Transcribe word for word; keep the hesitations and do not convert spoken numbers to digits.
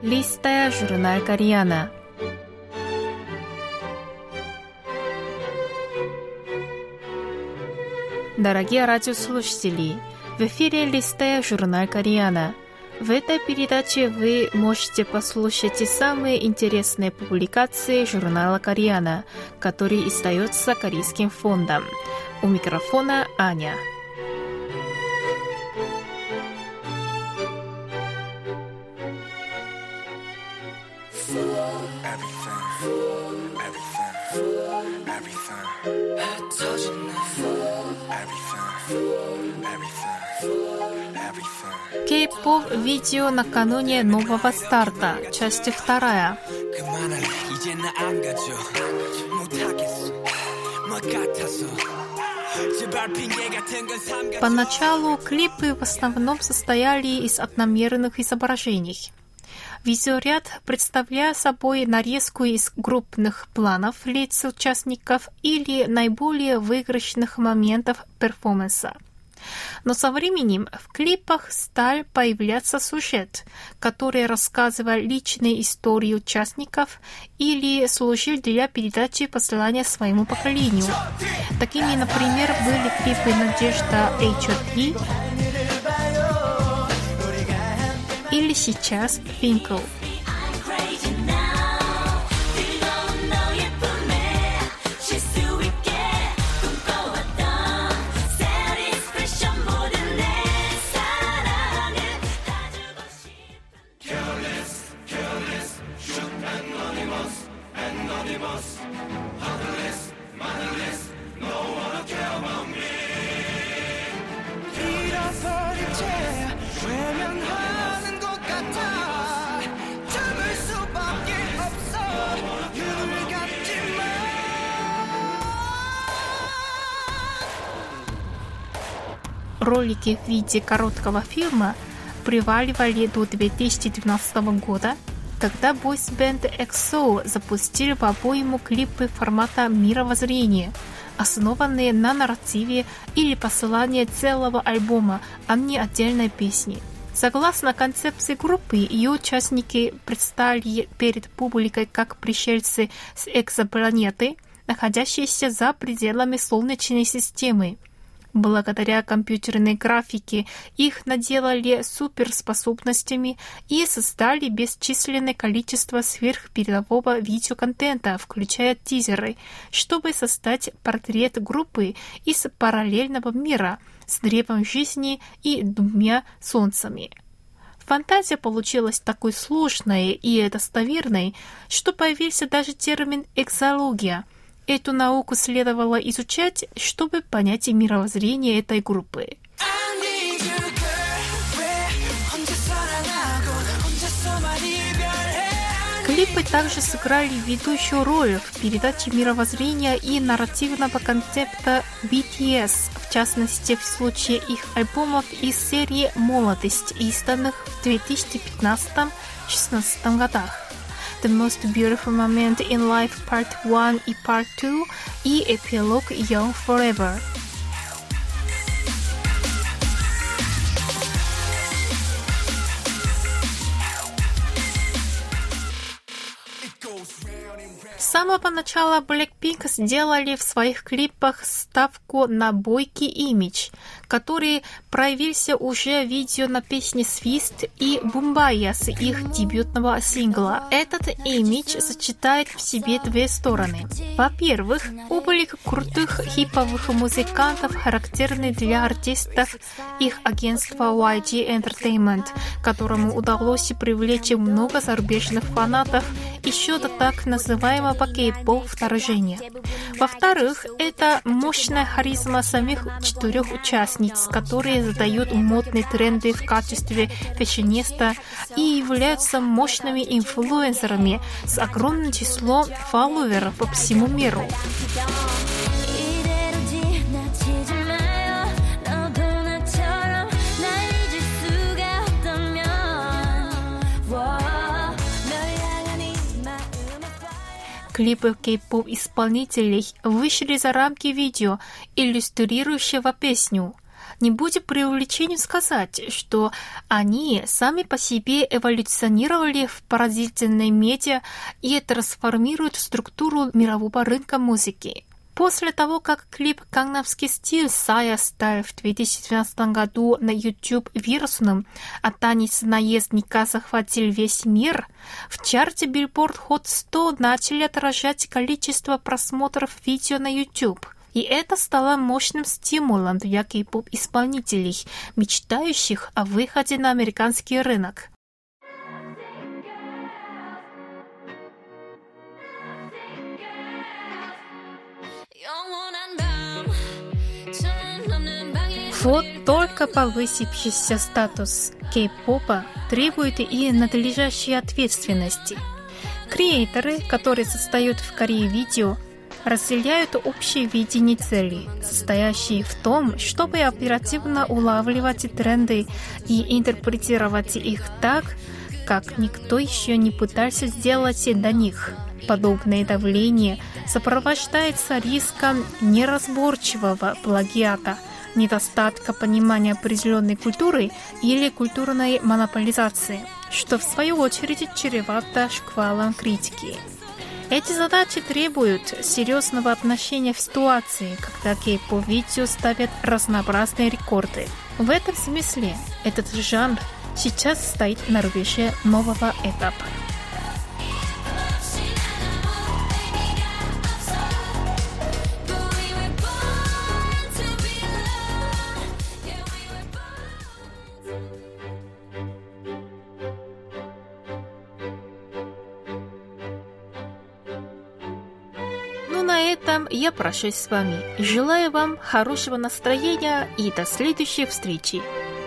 Листая журнал Кореяна. Дорогие радиослушатели, в эфире «Листая журнал Кореяна». В этой передаче вы можете послушать самые интересные публикации журнала Кореяна, который издается Корейским фондом. У микрофона Аня. Кей-поп видео накануне нового старта. Часть вторая. Поначалу клипы в основном состояли из одномерных изображений. Видеоряд представляет собой нарезку из крупных планов лиц участников или наиболее выигрышных моментов перформанса. Но со временем в клипах стал появляться сюжет, который рассказывал личные истории участников или служил для передачи послания своему поколению. Такими, например, были клипы «Надежда эйч о ти» или сейчас «Twinkle». Ролики в виде короткого фильма приваливали до две тысячи двенадцатого года, когда бойсбенд икс о запустил в обойму клипы формата мировоззрения, основанные на нарративе или послании целого альбома, а не отдельной песни. Согласно концепции группы, ее участники предстали перед публикой как пришельцы с экзопланеты, находящиеся за пределами Солнечной системы. Благодаря компьютерной графике их наделали суперспособностями и создали бесчисленное количество сверхпередового видеоконтента, включая тизеры, чтобы создать портрет группы из параллельного мира с древом жизни и двумя солнцами. Фантазия получилась такой сложной и достоверной, что появился даже термин «экзология». Эту науку следовало изучать, чтобы понять мировоззрение этой группы. Клипы также сыграли ведущую роль в передаче мировоззрения и нарративного концепта би ти эс, в частности в случае их альбомов из серии «Молодость», изданных в две тысячи пятнадцатом — две тысячи шестнадцатом годах. The Most Beautiful Moment in Life Part один и Part два и эпилог Young Forever. С самого начала Blackpink сделали в своих клипах ставку на бойкий имидж, который проявился уже в видео на песне «Свист» и «Бумбая» с их дебютного сингла. Этот имидж сочетает в себе две стороны. Во-первых, облик крутых хиповых музыкантов, характерный для артистов их агентства уай джи Entertainment, которому удалось привлечь много зарубежных фанатов еще до так называемого кей-поп вторжения. Во-вторых, это мощная харизма самих четырех участниц, которые задают модные тренды в качестве фэшениста и являются мощными инфлюенсерами с огромным числом фолловеров по всему миру. Клипы кей-поп-исполнителей вышли за рамки видео, иллюстрирующего песню. Не будет преувеличением сказать, что они сами по себе эволюционировали в поразительной медиа и трансформируют структуру мирового рынка музыки. После того, как клип «Гангнамский стиль» Сая стал в две тысячи двенадцатом году на YouTube вирусным, а танец наездника захватил весь мир, в чарте Billboard Hot сто начали отражать количество просмотров видео на YouTube. И это стало мощным стимулом для кей-поп-исполнителей, мечтающих о выходе на американский рынок. Вот только повысившийся статус кей-попа требует и надлежащей ответственности. Креаторы, которые создают в Корее видео, разделяют общее видение цели, состоящее в том, чтобы оперативно улавливать тренды и интерпретировать их так, как никто еще не пытался сделать до них. Подобное давление сопровождается риском неразборчивого плагиата, недостатка понимания определенной культуры или культурной монополизации, что в свою очередь чревато шквалом критики. Эти задачи требуют серьезного отношения в ситуации, когда кей-поп-видео ставят разнообразные рекорды. В этом смысле этот жанр сейчас стоит на рубеже нового этапа. На этом я прощаюсь с вами. Желаю вам хорошего настроения и до следующей встречи.